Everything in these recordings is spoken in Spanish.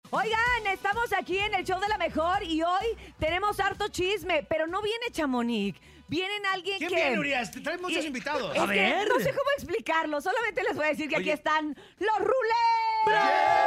Oigan, estamos aquí en el show de la mejor y hoy tenemos harto chisme, pero no viene Chamonix. Vienen alguien ¿Quién que... viene, Urias? Te traen muchos invitados. Es que no sé cómo explicarlo, solamente les voy a decir que aquí están los Rulés.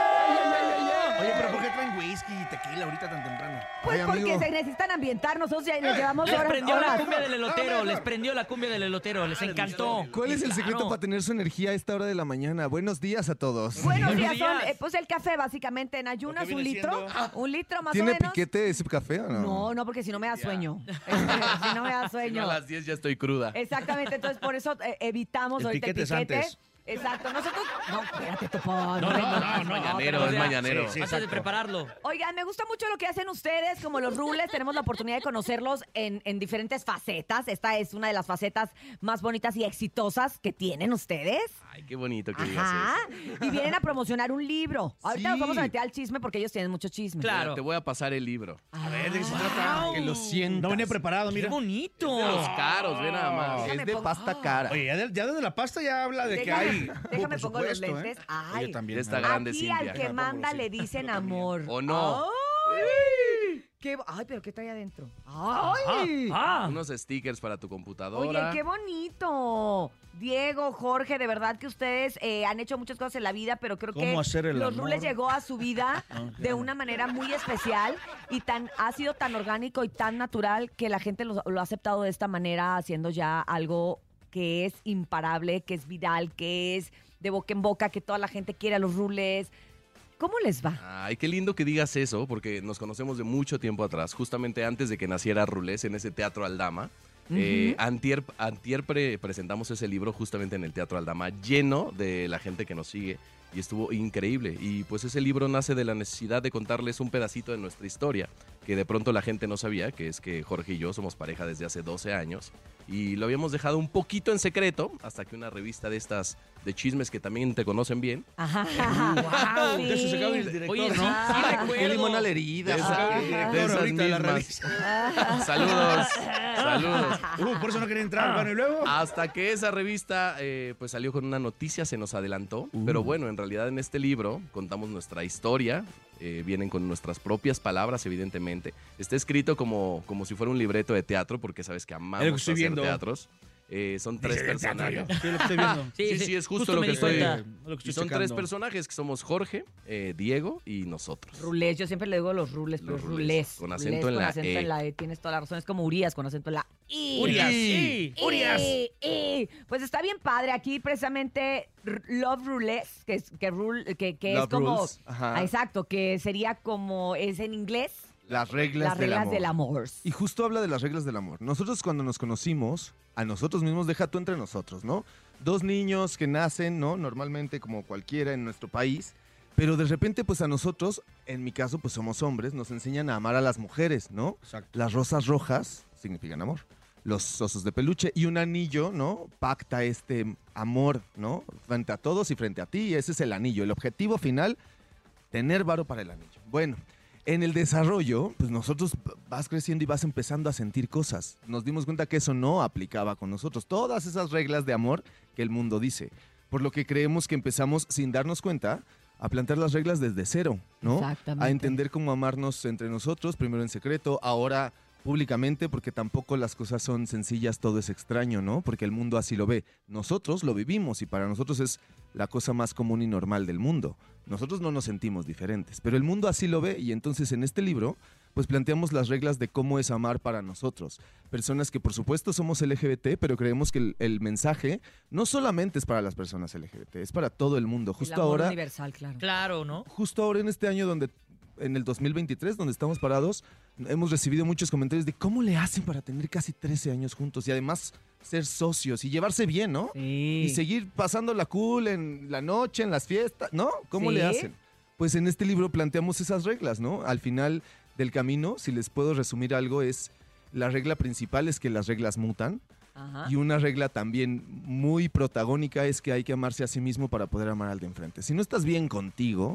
Oye, pero ¿por qué traen whisky y tequila ahorita tan temprano? Pues Ay, porque amigo. se necesitan ambientar, nosotros ya les llevamos Les horas. prendió la horas. cumbia del elotero, les prendió la cumbia del elotero, les encantó. ¿Cuál es el Claro. secreto para tener su energía a esta hora de la mañana? Buenos días a todos. Buenos Buenos días, son días. pues el café básicamente, en ayunas Lo que un viene litro, siendo- un litro más o ¿Tiene menos. piquete ese café o no? No, no, porque si no me da sueño. Si no me da No, sueño. a las 10 ya estoy cruda. Exactamente, entonces por eso evitamos El ahorita piquete el es piquete. antes. Exacto, nosotros... No, espérate, Topón. No, Es mañanero, es mañanero. Sí, Antes de prepararlo. Oigan, me gusta mucho lo que hacen ustedes, como los Rules. Tenemos la oportunidad de conocerlos en diferentes facetas. Esta es una de las facetas más bonitas y exitosas que tienen ustedes. Ay, qué bonito que digas Ajá. eso. Y vienen a promocionar un libro. Ahorita nos Sí. vamos a meter al chisme porque ellos tienen mucho chisme. Claro. Te voy a pasar el libro. A ver, ¿de qué se trata? Que lo sientas. No venía preparado, ¡Qué mira. bonito! De los caros, ve nada más. Déjame Es de pongo- pasta cara. Oye, ya desde la pasta ya habla de que hay... Déjame por pongo los supuesto, lentes. ¿eh? Ay. Oye, también. De esta a ver. grande Aquí Cintia. al que manda le dicen amor. ¿O no? Ay, pero ¿qué trae adentro? ¡Ay! Ah, Unos stickers para tu Oye, computadora. qué bonito. Diego, Jorge, de verdad que ustedes han hecho muchas cosas en la vida, pero creo que ¿Cómo hacer el Los amor? Rules llegó a su vida de una manera muy especial y ha sido tan orgánico y tan natural que la gente lo ha aceptado de esta manera, haciendo ya algo que es imparable, que es viral, que es de boca en boca, que toda la gente quiere a los Rules. ¿Cómo les va? Ay, qué lindo que digas eso, porque nos conocemos de mucho tiempo atrás, justamente antes de que naciera Rulés en ese Teatro Aldama. Antier presentamos ese libro justamente en el Teatro Aldama, lleno de la gente que nos sigue, y estuvo increíble. Y pues ese libro nace de la necesidad de contarles un pedacito de nuestra historia, que de pronto la gente no sabía, que es que Jorge y yo somos pareja desde hace 12 años, y lo habíamos dejado un poquito en secreto, hasta que una revista de estas de chismes que también te conocen bien, Ajá. Wow, Sí. De eso se acaba el director, Oye, sí, ¿no? sí Qué recuerdo. limón a la herida. de esas, de esas ahorita de la mismas. Saludos, saludos. Por eso no quería entrar. Bueno, y luego... Hasta que esa revista pues salió con una noticia, se nos adelantó. Pero bueno, en realidad en este libro contamos nuestra historia. Vienen con nuestras propias palabras, evidentemente. Está escrito como si fuera un libreto de teatro, porque sabes que Es lo amamos que estoy hacer viendo. teatros. Son tres Dice de teatro personajes. yo. Sí, lo que estoy viendo. Sí, es justo lo me que di estoy... cuenta. Lo que Y estoy son tres checando. personajes, que somos Jorge, Diego y nosotros. Rules, yo siempre le digo los Rules, pero Los es Rules, Rules. con acento Rules, en con la acento E. en la E. Tienes toda la razón, es como Urias con acento en la I. Urias. Sí. Urias. Pues está bien padre. Aquí precisamente Love Rules, que es Love como... Rules, ajá. Ah, exacto, que sería como es en inglés, Las reglas, las reglas del amor. Y justo habla de las reglas del amor. Nosotros cuando nos conocimos, a nosotros mismos, deja tú entre nosotros, ¿no? Dos niños que nacen, ¿no? Normalmente como cualquiera en nuestro país, pero de repente pues a nosotros, en mi caso pues somos hombres, nos enseñan a amar a las mujeres, ¿no? Exacto. Las rosas rojas significan amor. Los osos de peluche y un anillo, ¿no? Pacta este amor, ¿no? Frente a todos y frente a ti, y ese es el anillo. El objetivo final, tener varo para el anillo. Bueno, en el desarrollo, pues nosotros vas creciendo y vas empezando a sentir cosas. Nos dimos cuenta que eso no aplicaba con nosotros. Todas esas reglas de amor que el mundo dice. Por lo que creemos que empezamos, sin darnos cuenta, a plantear las reglas desde cero, ¿no? Exactamente. A entender cómo amarnos entre nosotros, primero en secreto, ahora públicamente, porque tampoco las cosas son sencillas, todo es extraño, ¿no? Porque el mundo así lo ve. Nosotros lo vivimos y para nosotros es la cosa más común y normal del mundo. Nosotros no nos sentimos diferentes, pero el mundo así lo ve y entonces en este libro pues planteamos las reglas de cómo es amar para nosotros. Personas que por supuesto somos LGBT, pero creemos que el mensaje no solamente es para las personas LGBT, es para todo el mundo. El Justo amor ahora, universal, claro. Claro, ¿no? justo ahora en este año en el 2023, donde estamos parados, hemos recibido muchos comentarios de cómo le hacen para tener casi 13 años juntos y además ser socios y llevarse bien, ¿no? Sí. Y seguir pasándola cool en la noche, en las fiestas, ¿no? ¿Cómo Sí. le hacen? Pues en este libro planteamos esas reglas, ¿no? Al final del camino, si les puedo resumir algo, es la regla principal es que las reglas mutan. Ajá. Y una regla también muy protagónica es que hay que amarse a sí mismo para poder amar al de enfrente. Si no estás bien contigo,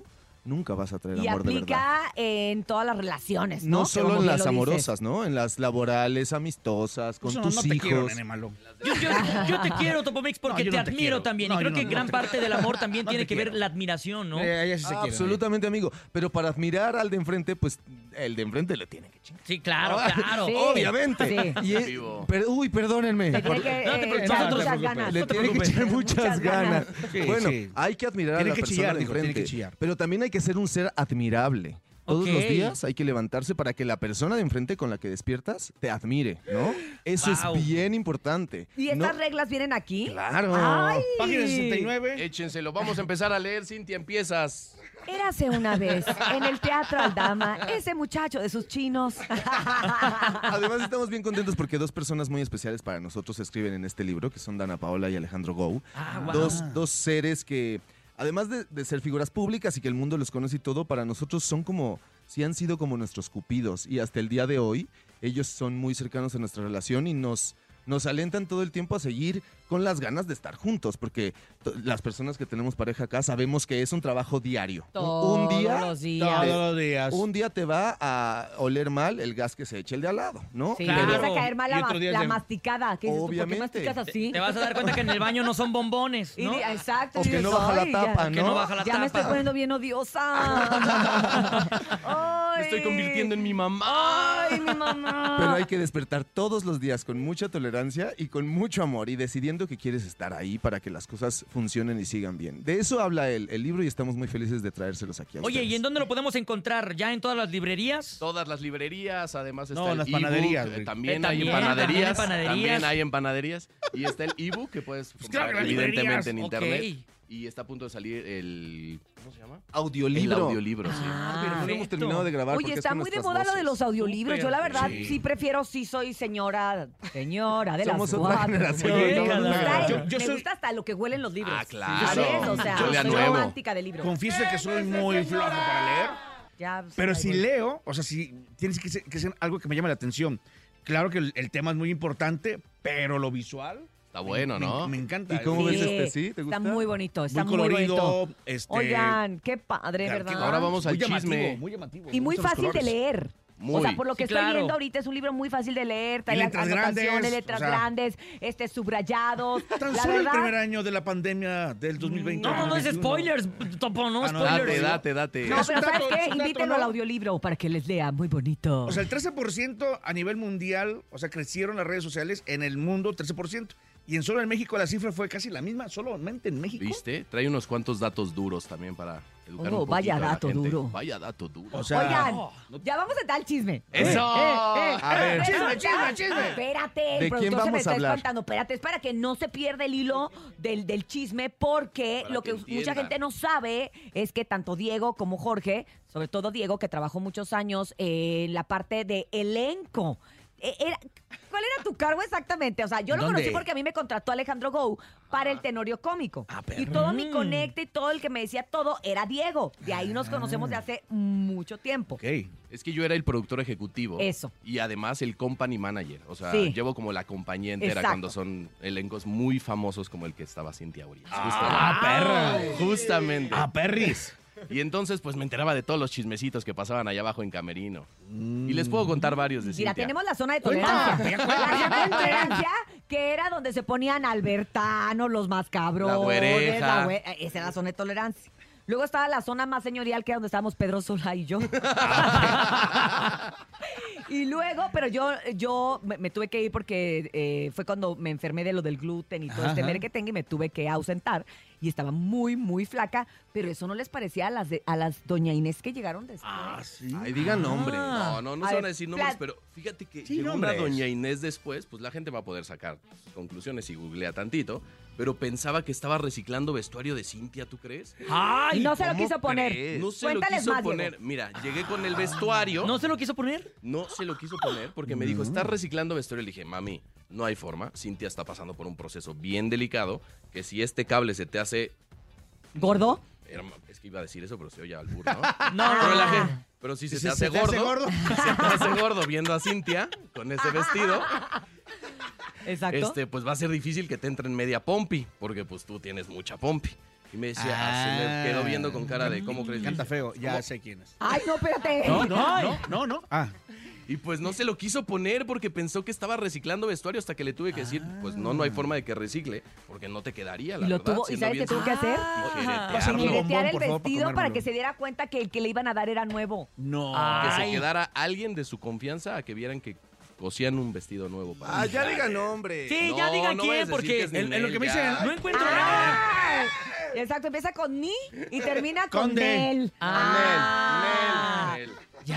nunca vas a traer Y amor de verdad. aplica en todas las relaciones, ¿no? No Que solo como en bien las lo dices. amorosas, ¿no? En las laborales, amistosas, con Eso tus no te hijos. quiero, nene malo. Yo te quiero, Topomix, porque No, yo te no te admiro quiero. también. No, y creo yo que no gran te parte del amor también No tiene te que ver quiero. la admiración, ¿no? Ella sí se quiere. Absolutamente, amigo. Pero para admirar al de enfrente, pues el de enfrente le tiene que chingar. Sí, claro, claro. Sí. Obviamente. Sí. Y es- Vivo. uy, perdónenme. Le tiene Por- que No te preocupes, echar no te muchas preocupes. ganas. Le no te tiene que preocupes. echar muchas ganas. Sí, Bueno, sí. hay que admirar Tiene a la que persona chillar, de dijo, tiene enfrente. que chillar. Pero también hay que ser un ser admirable. Todos Ok. los días hay que levantarse para que la persona de enfrente con la que despiertas te admire, ¿no? Eso Wow. es bien importante. ¿Y estas No- reglas vienen aquí? Claro. ¡Ay! Página 69. Échenselo, vamos a empezar a leer, Cintia, empiezas. Érase una vez en el Teatro Aldama ese muchacho de sus chinos. Además estamos bien contentos porque dos personas muy especiales para nosotros escriben en este libro, que son Dana Paola y Alejandro Gou. Ah, wow. Dos seres que, además de ser figuras públicas y que el mundo los conoce y todo, para nosotros son como, sí han sido como nuestros cupidos. Y hasta el día de hoy, ellos son muy cercanos a nuestra relación y nos alentan todo el tiempo a seguir con las ganas de estar juntos, porque las personas que tenemos pareja acá sabemos que es un trabajo diario. Un día, Todos los días. Todos los días. un día te va a oler mal el gas que se eche el de al lado, ¿no? Sí, Claro. te empieza a caer mal Y otro día la se- masticada. ¿Qué dices tú? ¿Por qué Obviamente. masticas así? Te vas a dar cuenta que en el baño no son bombones, ¿no? Exacto. O y que no dices, baja la "Ay, ya- tapa, Que no baja la Ya me estoy tapa. poniendo bien odiosa. Me estoy convirtiendo en mi mamá. Ay, mi mamá. Pero hay que despertar todos los días con mucha tolerancia y con mucho amor y decidiendo que quieres estar ahí para que las cosas funcionen y sigan bien. De eso habla el libro y estamos muy felices de traérselos aquí a Oye, ustedes. ¿y en dónde lo podemos encontrar? ¿Ya en todas las librerías? Todas las librerías, además está No, el las ebook, panaderías, güey. también También, hay en también panaderías, hay panaderías. también hay en panaderías y está el ebook que puedes claro comprar que las evidentemente librerías. en Ok. internet y está a punto de salir el ¿cómo se llama? Audiolibro. El audiolibro, sí. Pero no hemos terminado de grabar Oye, porque está es con muy de nuestras moda lo de voces. los audiolibros. Yo la verdad Sí. sí prefiero, sí soy señora de Somos las otra cuatro. generación, Oye, ¿no? me gusta, Yo me soy- gusta hasta lo que huelen los libros. Ah, claro. ¿Sabes? O sea, Yo lea soy nuevo. romántica de libros. Confieso que soy muy flojo para leer. Ya, Pero ahí si voy. leo, o sea, si tienes que ser algo que me llame la atención. Claro que el tema es muy importante, pero lo visual. Está bueno, ¿no? Me encanta. ¿Y cómo Sí, ves este? ¿Sí? ¿Te gusta? Está muy bonito, está muy muy, colorido. bonito. Este, Oigan, qué padre, claro, ¿verdad? Ahora vamos al muy llamativo, chisme. muy llamativo. Y me muy gustan los fácil de colores. leer. Muy. O sea, por lo que Sí, estoy claro. viendo ahorita es un libro muy fácil de leer, trae letras anotaciones, grandes, letras o sea, grandes, subrayados. Tan La solo el verdad, primer año de la pandemia del 2020. No es 2021. spoilers, Topo, no Ah, no, spoilers. Date. no, Es pero un ¿sabes dato, qué? es un dato, Invítenlo ¿no? al audiolibro para que les lea, muy bonito. O sea, el 13% a nivel mundial, o sea, crecieron las redes sociales en el mundo, 13%. Y en solo en México la cifra fue casi la misma, solamente en México. ¿Viste? Trae unos cuantos datos duros también para educar Oh, un vaya poquito a la dato gente. duro. Vaya dato duro. O sea, Oigan, ya vamos a entrar al chisme. ¡Eso! A ver. Chisme. Espérate, el ¿De quién productor se me vamos a está hablar? espantando. Espérate, es para que no se pierda el hilo del chisme, porque Para lo que que mucha entiendan. gente no sabe es que tanto Diego como Jorge, sobre todo Diego, que trabajó muchos años en la parte de elenco. ¿Cuál era tu cargo exactamente? O sea, yo lo ¿Dónde? conocí porque a mí me contrató Alejandro Gou para el Tenorio Cómico. perro. Y todo mi conecte y todo el que me decía todo era Diego. De ahí nos conocemos de hace mucho tiempo. Ok. Es que yo era el productor ejecutivo. Eso. Y además el company manager. O sea, Sí. llevo como la compañía entera Exacto. cuando son elencos muy famosos como el que estaba Cintia Urias. Ah, perra. Justamente. Ah, perris. Y entonces pues me enteraba de todos los chismecitos que pasaban allá abajo en Camerino. Y les puedo contar varios de Mira, Cintia. tenemos la zona de Cuenta, tolerancia. cuenta, La zona de cuenta. tolerancia, que era donde se ponían albertanos, los más cabrones. La güereja. Esa era la zona de tolerancia. Luego estaba la zona más señorial, que era donde estábamos Pedro Sola y yo. Y luego, pero yo me tuve que ir porque fue cuando me enfermé de lo del gluten y todo Ajá, este ajá. merequetengue y me tuve que ausentar. Y estaba muy, muy flaca, pero eso no les parecía a las doña Inés que llegaron después. Ah, sí. Ay, digan nombre. No, A se van ver, a decir nombres, plan- pero fíjate que Sí, llegó nombres. una doña Inés después, pues la gente va a poder sacar sus conclusiones si googlea tantito, pero pensaba que estaba reciclando vestuario de Cintia, ¿tú crees? ¡Ay! No se lo ¿cómo quiso poner. crees? No se Cuéntales lo quiso más, Diego. poner. Mira, llegué con el vestuario. ¿No se lo quiso poner? No se lo quiso poner porque me dijo, ¿estás reciclando vestuario? Le dije, mami, no hay forma. Cintia está pasando por un proceso bien delicado que si este cable se te hace... ¿Gordo? Es que iba a decir eso, pero se oye al burro, ¿no? No, Pero, pero si se te hace te hace gordo, si se te hace gordo viendo a Cintia con ese vestido, Exacto. pues va a ser difícil que te entre en media pompi, porque pues tú tienes mucha pompi. Y me decía, se me quedó viendo con cara de ¿cómo crees? Canta Le dije, feo, ya ¿cómo? sé quién es. Ay, no, espérate. No. Ah, Y pues no se lo quiso poner porque pensó que estaba reciclando vestuario hasta que le tuve que decir, pues no hay forma de que recicle porque no te quedaría, la Y lo verdad. tuvo, ¿y siendo sabes qué bien tuvo que hacer? Pásame un Jinetearlo. bombón, Jinetear el por favor, para vestido para comérmelo. que se diera cuenta que el que le iban a dar era nuevo. no. Que se Ay. quedara alguien de su confianza a que vieran que cosían un vestido nuevo para mí. Ya digan nombre. Sí, No, ya digan no quién, vayas a decir porque que es en lo que me ya. dicen- no encuentro nada. ¡Ah! Exacto, empieza con ni y termina con Con de. del. Nel.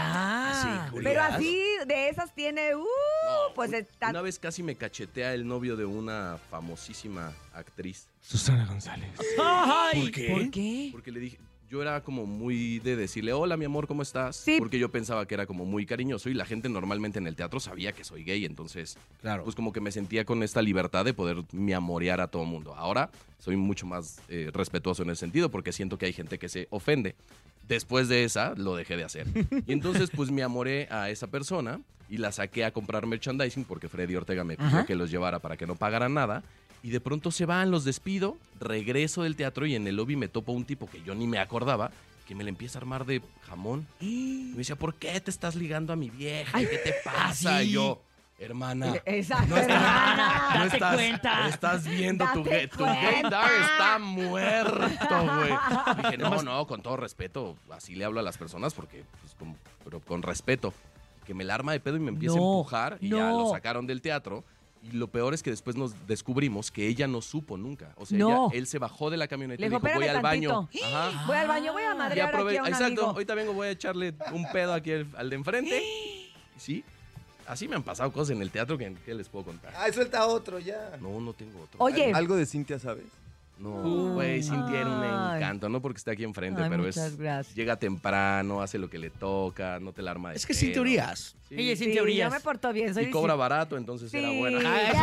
Ya. Pero así, de esas tiene, pues está... Una vez casi me cachetea el novio de una famosísima actriz. Susana González. Ay. ¿Por qué? ¿Por qué? Porque le dije, yo era como muy de decirle, hola mi amor, ¿cómo estás? Sí. Porque yo pensaba que era como muy cariñoso y la gente normalmente en el teatro sabía que soy gay, entonces Claro. pues como que me sentía con esta libertad de poder me amorear a todo mundo. Ahora soy mucho más respetuoso en ese sentido porque siento que hay gente que se ofende. Después de esa, lo dejé de hacer. Y entonces pues me amoré a esa persona y la saqué a comprar merchandising porque Freddy Ortega me pidió que los llevara para que no pagaran nada. Y de pronto se van, los despido, regreso del teatro y en el lobby me topo un tipo que yo ni me acordaba, que me le empieza a armar de jamón. Y me decía, ¿por qué te estás ligando a mi vieja? ¿Qué te pasa? sí. Y yo, hermana, Exacto, no estás, hermana. no Date estás, cuenta. estás viendo tu Date gaydar cuenta. está muerto, güey. Dije, no, con todo respeto, así le hablo a las personas porque, pues, pero con respeto. Que me la arma de pedo y me empieza a empujar y ya no. lo sacaron del teatro. Y lo peor es que después nos descubrimos que ella no supo nunca. O sea, No. él se bajó de la camioneta Le y dijo, dijo, voy al "Espérame baño. tantito". Ajá. Voy al baño, voy a Y madrear aquí a un exacto, amigo. ahorita vengo, voy a echarle un pedo aquí al de enfrente. Sí, así me han pasado cosas en el teatro que les puedo contar. Ay, suelta otro ya. No tengo otro. Oye. Algo de Cintia, ¿sabes? No, güey, Cintia era un Ay. encanto, no porque esté aquí enfrente, Ay, pero muchas gracias. llega temprano, hace lo que le toca, no te la arma de Es que sin pedo. teorías. Sí. Ella es sin Sí, teorías. yo me porto bien, soy Y cobra barato, entonces era Sí. buena.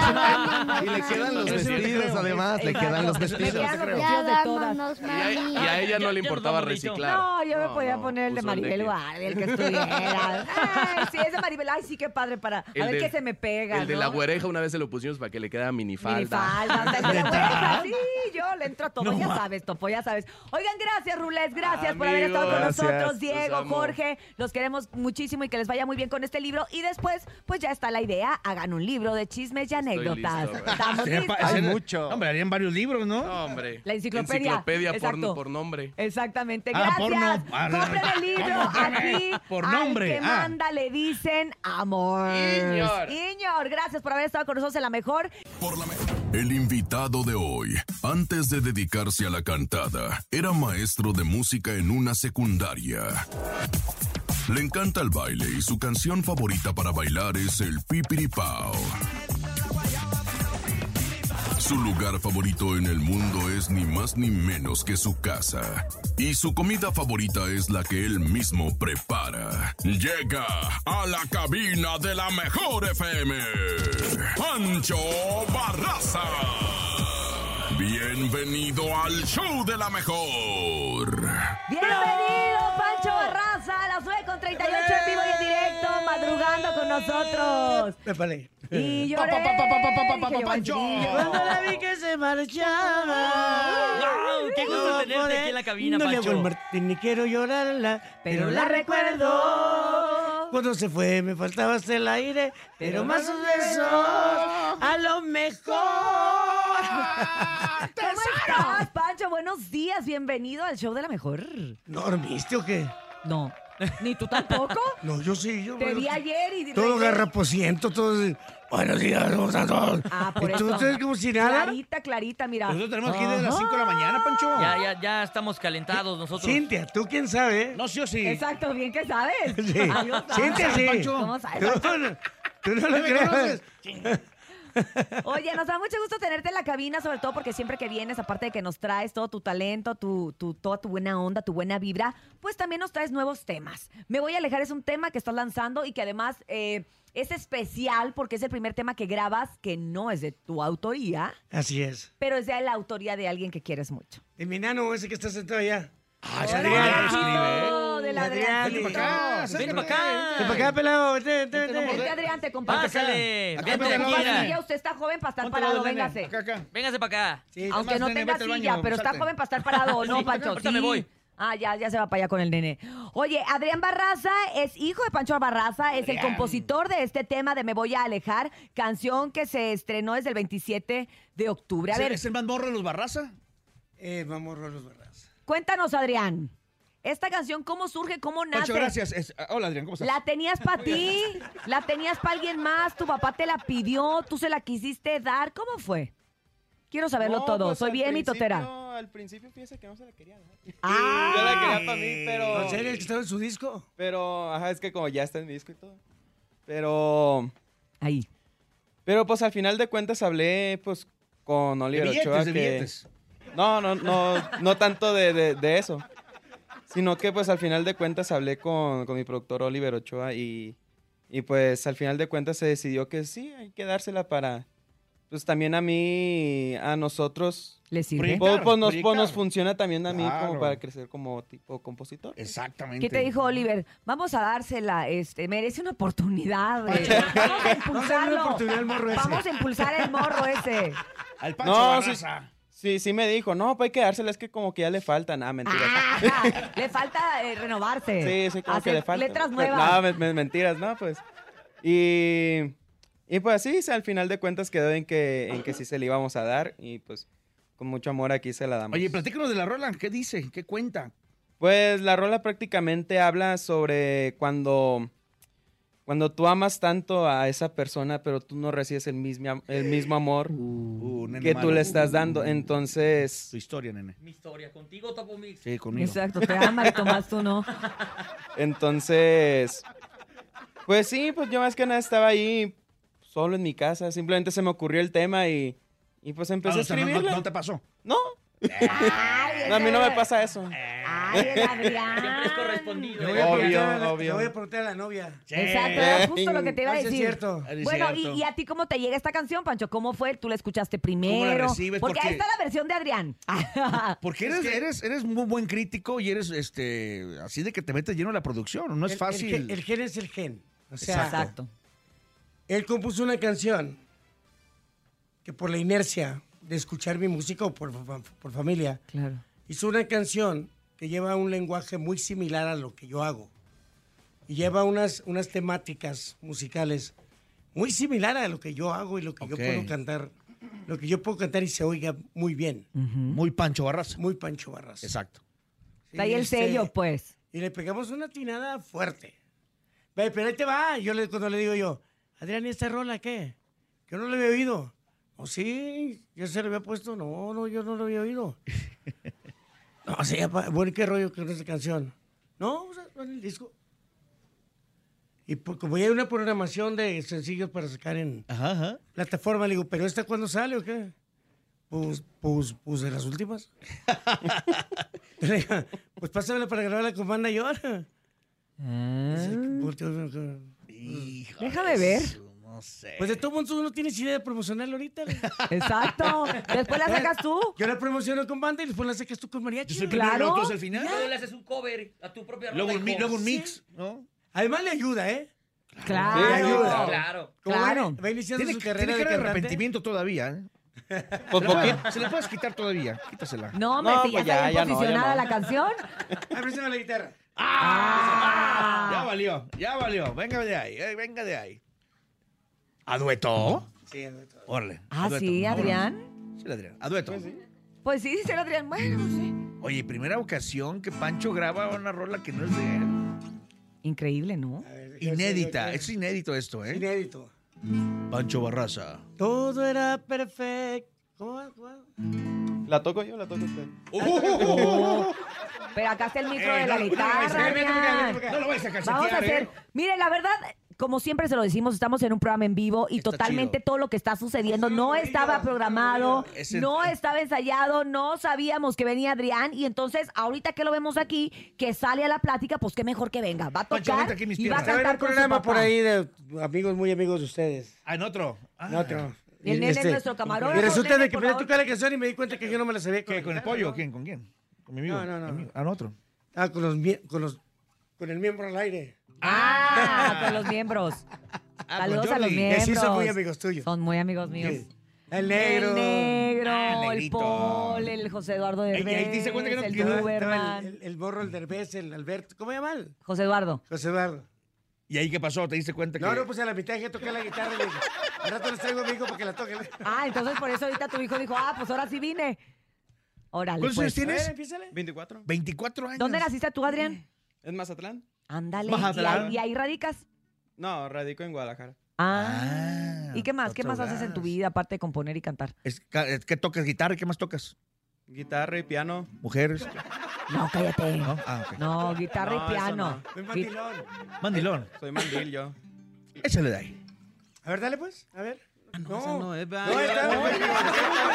Y le quedan los Eso sí te vestidos, creo. además, le Exacto. quedan los Me vestidos. quedan los creo. vestidos de todas. vámonos, Y mami. a ella no le Ya importaba nos vamos, Lito. reciclar. No, yo me podía poner el de usó el de Maribel que- Guardia, el que estuviera. Ay, sí, ese Maribel, ay, sí, qué padre para... A El ver de- qué se me pega, El de ¿no? la güereja una vez se lo pusimos para que le quedara minifalda. Minifalda, el de la güereja, sí, yo le entro a todo, ya sabes, Topo, ya sabes. Oigan, gracias, Rulés, gracias por haber estado con Amigos, nosotros, gracias. Diego, Los amo. Jorge, los queremos muchísimo y que les vaya muy bien con este libro. Y después, pues ya está la idea, hagan un libro de chismes y anécdotas. listo, güey. ¿Estamos listos? Hay mucho. Hombre, harían varios libros, ¿no? No, hombre. La enciclopedia. Enciclopedia Exacto. por nombre. Exactamente, Ah, gracias. porno. Compren el libro aquí. Por al nombre, que ah. manda le dicen amor. Iñor. Iñor, gracias por haber estado con nosotros en La Mejor. El invitado de hoy, antes de dedicarse a la cantada, era maestro de música en una secundaria. Le encanta el baile y su canción favorita para bailar es el Pipiripao. Su lugar favorito en el mundo es ni más ni menos que su casa. Y su comida favorita es la que él mismo prepara. Llega a la cabina de La Mejor FM, Pancho Barraza. Bienvenido al show de La Mejor. Bienvenido, Pancho Barraza, a las 9:38 en vivo y en directo, madrugando con nosotros. Prepare. Y lloré. Dije yo, Pancho. "Ay, sí, Cuando la vi que se marchaba. ¡Wow! ¡Qué gusto tenerte aquí en la cabina, No le Pancho! hago el Martín ni quiero llorarla, pero la recuerdo. Cuando se fue me faltaba hasta el aire, pero más sus besos, a lo mejor. ¿Cómo estás, Pancho? Buenos días, bienvenido al show de La Mejor. ¿No dormiste o qué? No, ni tú tampoco. No, yo sí. Yo, Te vi ayer y... todo garraposiento, todo... Buenos días, ¿cómo están todos? Ah, por ¿Y tú eso. ustedes como si nada? Clarita, mira. Nosotros tenemos que ir desde las 5 de la mañana, Pancho. Ya estamos calentados nosotros. Cintia, ¿tú quién sabe? No, sí o sí. Exacto, bien que sabes. Sí. Adiós, Cintia, sí. Pancho. ¿Cómo sabes, Tú, Pancho? tú no lo ¿Me creas. conoces? Oye, nos da mucho gusto tenerte en la cabina, sobre todo porque siempre que vienes, aparte de que nos traes todo tu talento, toda tu buena onda, tu buena vibra, pues también nos traes nuevos temas. Me voy a alejar, es un tema que estás lanzando y que además es especial porque es el primer tema que grabas que no es de tu autoría, Así es. pero es de la autoría de alguien que quieres mucho. De mi nano ese que está sentado allá. Ah, ese Hola, Adrián Nachito, escribe, ¿eh? del Adrián. Vente para acá. Vente para acá. Ven para acá, pelado. Vente, Adrián, te comparto. Pásale. Acá, Vente, acá, mira. Silla, usted está joven para estar Póntelo, parado, nene. véngase. Acá. Véngase para acá. Sí, Aunque además, no nene, tenga vete al silla, baño, pero está salte. joven para estar parado, ¿o no, Sí, Pancho? ahorita me voy. Ya se va para allá con el nene. Oye, Adrián Barraza es hijo de Pancho Barraza, es el Adrián. compositor de este tema de Me Voy a Alejar, canción que se estrenó desde el 27 de octubre. A ver, ¿Es el más morro de los Barraza? Vamos, Rolos Barras. cuéntanos, Adrián. Esta canción, ¿cómo surge? ¿Cómo nace? Pancho, gracias. Hola, Adrián, ¿cómo estás? ¿La tenías para ti? ¿La tenías para alguien más? ¿Tu papá te la pidió? ¿Tú se la quisiste dar? ¿Cómo fue? Quiero saberlo todo. Pues, Soy bien mitotera. Al principio fíjese que no se la quería dar. Ah. Yo la quería para mí, pero... ¿En serio el que estaba en su disco? Pero, ajá, es que como ya está en mi disco y todo. Pero... Ahí. Pero pues al final de cuentas hablé pues con De Oliver billetes, Ochoa de que... billetes. No tanto de eso. Sino que pues al final de cuentas hablé con mi productor Oliver Ochoa y pues al final de cuentas se decidió que sí, hay que dársela para... Pues también a nosotros... ¿Le sirve? Proyectar. Pues nos funciona también a mí Claro. como para crecer como tipo compositor. Exactamente. ¿Qué te dijo Oliver? Vamos a dársela, merece una oportunidad. Vamos a impulsarlo. una oportunidad al morro ese. Vamos a impulsar el morro ese. Al Pancho No, Barraza. Sí me dijo, no, pues hay que dársela, es que como que ya le falta, nada, mentira. Ah, le falta renovarse. Sí, como que hacer le falta. letras Pues, nuevas. no, mentiras, no, pues. Y pues sí, al final de cuentas quedó en que sí se le íbamos a dar y pues con mucho amor aquí se la damos. Oye, platícanos de la rola. ¿Qué dice? ¿Qué cuenta? Pues la rola prácticamente habla sobre cuando tú amas tanto a esa persona, pero tú no recibes el mismo amor Nene que tú malo. le estás dando. Entonces, Tu historia, nene. Mi historia. ¿Contigo, Topo Mix? Sí, conmigo. Exacto, te ama y Tomás, tú no. pues sí, pues yo más que nada estaba ahí solo en mi casa. Simplemente se me ocurrió el tema y pues empecé a O sea, escribirlo. no te pasó. No, Ay, a mí no me pasa eso. Ay, el Adrián. Siempre es correspondido. Le voy a preguntar Obvio. le voy a preguntar a la novia. Exacto, era justo lo que te iba a Ah, sí es decir. cierto. Es Bueno, cierto. ¿y a ti cómo te llega esta canción, Pancho? ¿Cómo fue? ¿Tú la escuchaste primero? ¿Cómo la recibes? Porque Porque- ahí está la versión de Adrián. Porque eres muy buen crítico y eres así de que te metes lleno en la producción. No es fácil. El gen es el gen. O sea, Exacto. él compuso una canción que por la inercia de escuchar mi música o por familia, Claro. hizo una canción que lleva un lenguaje muy similar a lo que yo hago. Y lleva unas temáticas musicales muy similar a lo que yo hago y lo que yo Ok. puedo cantar. Lo que yo puedo cantar y se oiga muy bien. Muy Pancho Barraza. Muy Pancho Barras. Exacto. Sí, Trae el sello, pues. Y le pegamos una atinada fuerte. Ve, pero ahí te va. Cuando le digo yo, Adrián, ¿y esta rola qué? Yo no la había oído. ¿O sí? ¿Ya se le había puesto? No, yo no lo había oído. No, sí, bueno, ¿qué rollo con esta canción? No, o sea, en el disco. Y como ya hay una programación de sencillos para sacar en Ajá. plataforma, le digo, ¿pero esta cuándo sale o qué? Pues de las últimas. Le digo, pues pásamela para grabarla con banda y ahora. Hijo Déjame de ver. No sé. Pues de todo mundo no tienes idea de promocionarlo ahorita. güey. Exacto. Después la sacas tú. Yo la promociono con banda y después la sacas tú con mariachi. Yo soy güey. primero, Claro. otro es el final. Luego le haces un cover a tu propia rola. Luego hijo. un mix, ¿no? Además le ayuda, ¿eh? Claro. Sí, ayuda. Claro. Como Claro. va iniciando Tiene, su tiene carrera cara de de cantante. arrepentimiento todavía, ¿eh? Pues poquito. Se la puedes quitar todavía. Quítasela. No, hombre, No, si ya pues está bien ya no, posicionada ya no. la canción. Ábrese la guitarra. Ya valió. Venga de ahí, venga de ahí. ¿A dueto? Sí, Órale. Ah, a dueto. sí, Vámonos. Adrián. Sí, Adrián. A dueto. Pues sí, dice el Adrián. Bueno, sí. Oye, primera ocasión que Pancho graba una rola que no es de él. Increíble, ¿no? Inédita. Es inédito esto, ¿eh? Inédito. Pancho Barraza. Todo era perfecto. ¿Cómo va? ¿La toco yo o la toco usted? Pero acá está el micro de la guitarra, vete Adrián. No lo vayas a calcetear, Vamos a hacer. ¿eh? Mire, la verdad, como siempre se lo decimos, estamos en un programa en vivo y Está totalmente chido. todo lo que está sucediendo no estaba programado, Es el- no estaba ensayado, no sabíamos que venía Adrián y entonces ahorita que lo vemos aquí, que sale a la plática, pues qué mejor que venga. Va a Pancho, tocar vente aquí, mis y va a piernas. Estaba en cantar un con su programa papá. por ahí de amigos, muy amigos de ustedes. Ah, en otro. En otro. Y el nene es nuestro camarógrafo. Y resulta Nene, de que por me favor. tocó la canción y me di cuenta que yo no me la sabía. ¿Qué, con el la pollo? guitarra, ¿Quién? ¿Con quién? ¿Con mi amigo? No. Amigo. Ah, en otro. Ah, con los con el miembro al aire. Con los miembros. Saludos con a los Jordi. miembros. Sí, son muy amigos tuyos. Son muy amigos míos. El negro. El negro, el negrito. Paul, el José Eduardo Y ahí Derbez, te diste cuenta que no- el que no- Estaba Duberman. el morro, el Derbez, el Alberto. ¿Cómo se llama él? José Eduardo. José Eduardo. ¿Y ahí qué pasó? ¿Te diste cuenta que...? No, pues a la mitad que toqué la guitarra y le dije, al rato les traigo a mi hijo para que la toque. Entonces por eso ahorita tu hijo dijo, pues ahora sí vine. Órale, ¿Cuántos pues. años tienes? Empiézale. 24. 24 años. ¿Dónde naciste tú, Adrián? ¿En Mazatlán? Ándale. Mazatlán. ¿Y ahí radicas? No, radico en Guadalajara. ¿Y qué más? ¿Qué otro más haces en tu gas. vida aparte de componer y cantar? ¿Qué tocas? ¿Guitarra? ¿Y qué más tocas? Guitarra y piano. ¿Mujeres? No, cállate. ¿No? Ok. No, guitarra No, y eso piano. no. Soy mandilón. Mandilón. Soy mandil yo. Échale de ahí. A ver, dale pues. A ver. No, esa no es. No, está-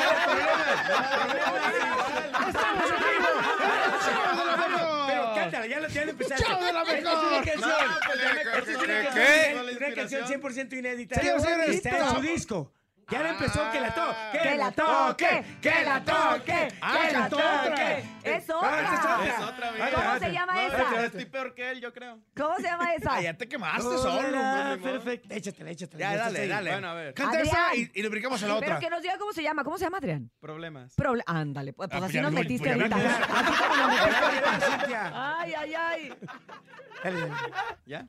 Pero cántala, ya lo empezaste. ¡Chao de la mejor! Esta es una canción. ¿Qué? Esta es una ¿Qué? canción- Una canción 100% inédita. Señores, señores, Está en su disco. Ya la empezó, que la toque. ¡Que la toque! ¡Que la toque! ¡Que la cantó toque! ¡Es esta es otra! otra. Es otra vez. ¿Cómo se llama esa? Estoy peor que él, yo creo. ¿Cómo se llama esa? Ah, ya te quemaste Todo solo. era ni modo. perfecto. Échatela. Ya, estás dale, ahí. dale. Bueno, a ver. Canta Adrián. esa y lubricamos a la Pero otra. que nos diga cómo se llama. ¿Cómo se llama, Adrián? Problemas. Ándale, pues pues así ya nos no, metiste pues ya ahorita. no. Así como nos metiste ahorita. Cintia. Ay, ay, ay. Dale, dale. ¿Ya?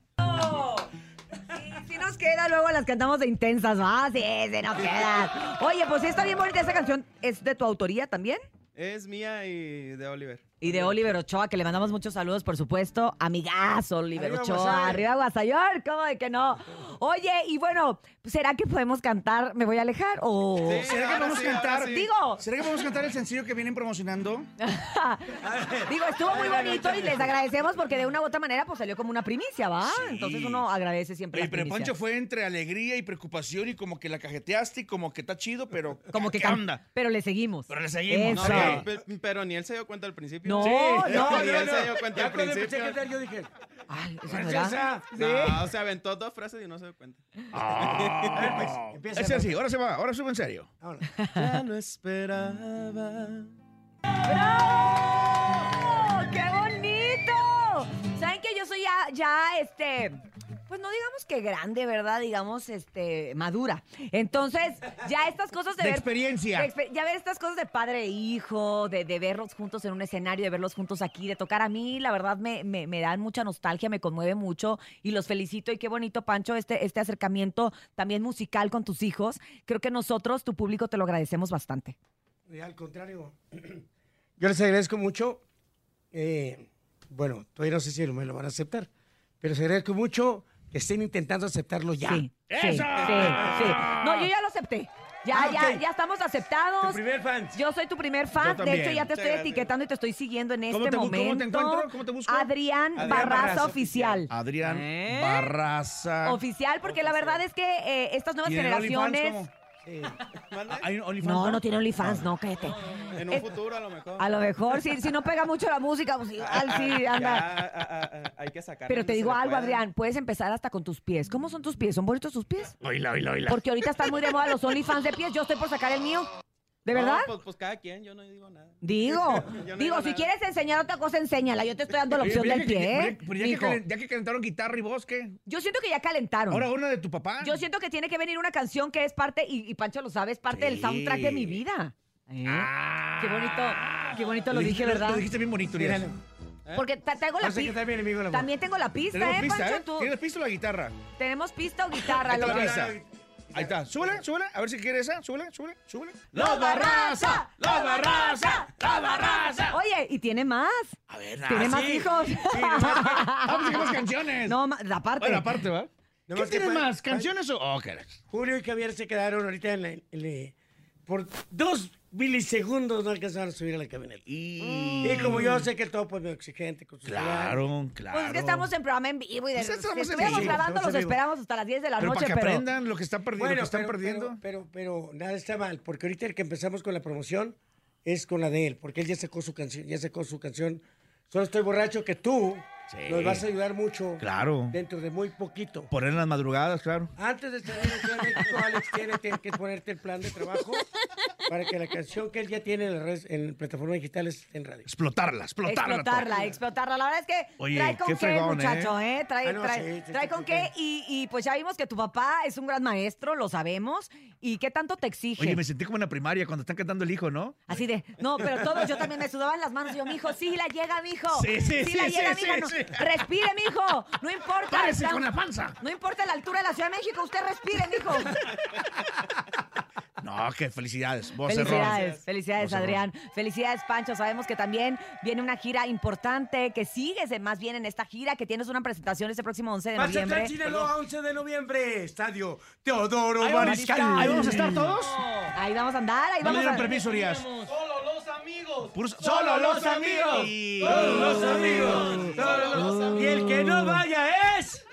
Sí nos queda, luego las cantamos de intensas, ¿va? Sí, nos queda. Oye, pues sí está bien bonita esa canción. ¿Es de tu autoría también? Es mía y de Oliver. Y de Oliver Ochoa, que le mandamos muchos saludos, por supuesto. Amigazo, Oliver Arriba, Ochoa. Guasay. Arriba, Guasayor. ¿Cómo de que no? Oye, y bueno, ¿será que podemos cantar Me Voy a Alejar? O... Sí. ¿Será que Ahora podemos sí, cantar? ahora sí. Digo, ¿Será que podemos cantar el sencillo que vienen promocionando? estuvo muy bonito y les agradecemos porque de una u otra manera pues salió como una primicia, ¿va? Sí. Entonces uno agradece siempre Oye, las pero primicias. Pancho fue entre alegría y preocupación y como que la cajeteaste y como que está chido, pero Como que ¿qué onda? Pero le seguimos. Pero le seguimos. Eso. No, pero ni él se dio cuenta al principio. No, Sí. no, Ni él se dio cuenta Ya al cuando empecé a principio. cantar yo dije, Ay, ¿esa no princesa. era? No, se aventó 2 frases y no se dio cuenta. A ver, pues, empieza. Es así, ahora se va, ahora sube en serio. Vámonos. Ya lo esperaba. ¡Bravo! ¡Qué bonito! ¿Saben que yo soy pues no digamos que grande, ¿verdad? Digamos, madura. Entonces, ya estas cosas de De ver... experiencia. Ya ver estas cosas de padre e hijo, de verlos juntos en un escenario, de verlos juntos aquí, de tocar a mí, la verdad me dan mucha nostalgia, me conmueve mucho y los felicito. Y qué bonito, Pancho, este acercamiento también musical con tus hijos. Creo que nosotros, tu público, te lo agradecemos bastante. Y al contrario, yo les agradezco mucho. Bueno, todavía no sé si me lo van a aceptar, pero les agradezco mucho que estén intentando aceptarlo ya. Sí, sí, ¡Eso! sí. No, yo ya lo acepté. Ya, ok. ya estamos aceptados. Tu primer fan. Yo soy tu primer fan. Yo De hecho, también. ya te estoy Muchas etiquetando y te estoy siguiendo en ¿Cómo este te bu- cómo te momento. encuentro? ¿Cómo te busco? Adrián Barraza Oficial. Adrián ¿Eh? Barraza. Oficial, porque la verdad es que estas nuevas ¿Y en el OnlyFans generaciones... cómo? Sí. ¿Hay un OnlyFans? No, no tiene OnlyFans, no, cállate. En un futuro, a lo mejor. A lo mejor, si no pega mucho la música, pues igual sí, anda. Ya, hay que sacar. Pero te donde digo se le algo, pueda. Adrián, puedes empezar hasta con tus pies. ¿Cómo son tus pies? ¿Son bonitos tus pies? Oíla. Porque ahorita están muy de moda los OnlyFans de pies. Yo estoy por sacar el mío. ¿De No, verdad? pues cada quien, yo no digo nada. Digo, Yo no digo si nada. quieres enseñar otra cosa, enséñala. Yo te estoy dando la Oye, opción pero del pie, pero ya, mijo. ya que calentaron guitarra y voz, ¿qué? Yo siento que ya calentaron. Ahora una de tu papá. Yo siento que tiene que venir una canción que es parte, y Pancho lo sabe, es parte del Sí. soundtrack de mi vida. ¿Eh? Ah. Qué bonito lo dije, ¿verdad? Lo dijiste bien bonito, Urias. Míralo. Porque traigo la Vas a cantar pista. bien, amigo. la También tengo la pista, Tenemos pista, Pancho? ¿eh? Tú. ¿Tienes pista o la guitarra? Tenemos pista o guitarra. Ahí está lo la que- pista. Ahí está. Súbele. A ver si quieres esa. Súbele. ¡Los Barraza! ¡Los Barraza! ¡Los Barraza! Oye, y tiene más. A ver, Tiene más hijos. Vamos a más canciones. No, aparte. Bueno, aparte, ¿va? No ¿Qué más que tienes fue- más? ¿Canciones o...? Oh, caray. Julio y Javier se quedaron ahorita por 2 milisegundos no alcanzaron a subir a la camioneta. Y como yo sé que el topo es muy exigente con sus Claro. Pues es que estamos en programa en vivo y de Pues estamos si en estuviéramos vivo, grabando, estamos los en vivo. esperamos hasta las 10 de la Pero noche, para que pero... aprendan lo que están perdiendo. Bueno, lo que están perdiendo. pero nada está mal, porque ahorita el que empezamos con la promoción es con la de él, porque él ya sacó su canción, Solo estoy borracho, que tú Sí. nos vas a ayudar mucho Claro. dentro de muy poquito. Poner en las madrugadas, claro. Antes de salir aquí a México, Alex tiene que ponerte el plan de trabajo para que la canción que él ya tiene en las redes, en plataformas digitales en radio. Explotarla. Explotarla. La verdad es que Oye, trae con qué qué, fregón, muchacho, ¿eh? Trae Sí, trae con qué. Y pues ya vimos que tu papá es un gran maestro, lo sabemos. ¿Y qué tanto te exige? Oye, me sentí como en la primaria cuando están cantando el hijo, ¿no? Así de, no, pero todos, yo también me sudaban las manos. Y yo, mijo, sí la llega, mijo. Sí, la llega, sí, mijo. No, sí. respire, mijo. No importa. ¡Párese con la panza! No importa la altura de la Ciudad de México, usted respire, mijo. No, qué felicidades. Felicidades, Adrián. Felicidades, Pancho. Sabemos que también viene una gira importante, que sigues más bien en esta gira, que tienes una presentación este próximo 11 de noviembre. Mazatlán, Sinaloa, 11 de noviembre, Estadio Teodoro Ahí Mariscal. ¿Ahí vamos a estar todos? Ahí vamos a andar, ahí No me vamos dieron a... permiso, Urias. Solo los amigos. ¡Solo los amigos! Todos los amigos. Y el que no vaya es...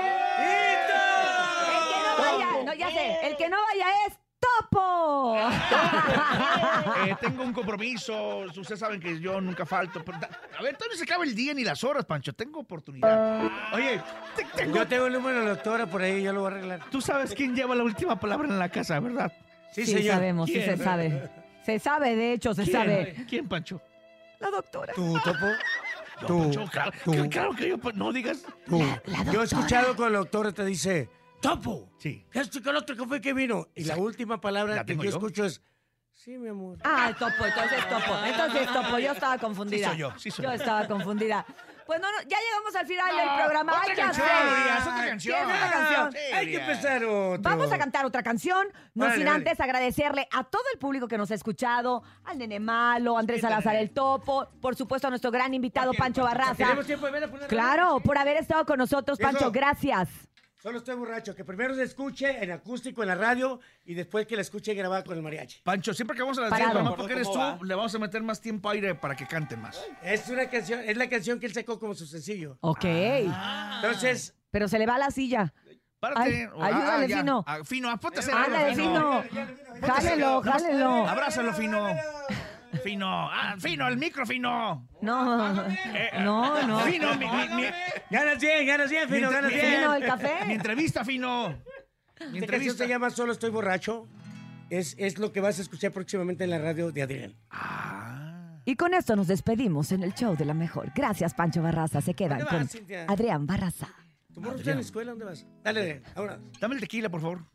El que no vaya es Topo. Tengo un compromiso. Ustedes saben que yo nunca falto. Pero a ver, todavía no se acaba el día ni las horas, Pancho. Tengo oportunidad. Oye, Yo tengo el número de la doctora por ahí, yo lo voy a arreglar. tú sabes quién lleva la última palabra en la casa, ¿verdad? Sí, Sí, señor. sabemos, sí ¿Quién? se sabe. Se sabe, de hecho, se sabe. ¿Quién, Pancho? La doctora. ¿Tú, Topo? No, Tú, Pancho, claro, tú. claro que yo, no digas. Tú. Yo he escuchado cuando la doctora te dice, Topo, Sí. esto y que el otro que fue que vino. Y la última palabra ¿La que tengo yo yo? escucho es, sí, mi amor. Ah, Topo, entonces Topo. Yo estaba confundida. Sí soy yo. Yo estaba confundida. Pues no, ya llegamos al final del programa. Otra Hay que canción, hacer. Urias, otra canción. ¿Quieres otra canción? Sí, Hay que Urias. empezar otro. Vamos a cantar otra canción, no Vale, sin vale. antes agradecerle a todo el público que nos ha escuchado, al Nene Malo, Andrés Salazar el Topo, por supuesto a nuestro gran invitado Pancho Barraza. ¿Tenemos tiempo de ver a poner la Claro, canción? por haber estado con nosotros, Viejo. Pancho, gracias. Solo estoy borracho. Que primero se escuche en acústico en la radio y después que la escuche grabada con el mariachi. Pancho, siempre que vamos a las 10, Parado. nomás porque eres tú, ¿Cómo va? le vamos a meter más tiempo aire para que cante más. Es una canción, es la canción que él sacó como su sencillo. Ok, Entonces, pero se le va la silla. Párate. Ay, ayúdale, ya. Fino. Fino, ponte a hacer Ándale, algo, Fino. Jálelo, jálelo. Abrázalo, Fino. Fino. Fino, el micro, Fino. No. Fino, ganas bien, Fino, ganas bien. Fino, el café. mi entrevista, Fino. Mi Esta canción entrevista. se llama Solo estoy borracho. Es lo que vas a escuchar próximamente en la radio de Adrián. Y con esto nos despedimos en el show de la mejor. Gracias, Pancho Barraza. Se quedan ¿Dónde con vas, Cintia? Adrián Barraza. ¿Tu morro está en la escuela? ¿Dónde vas? Dale, ahora. Dame el tequila, por favor.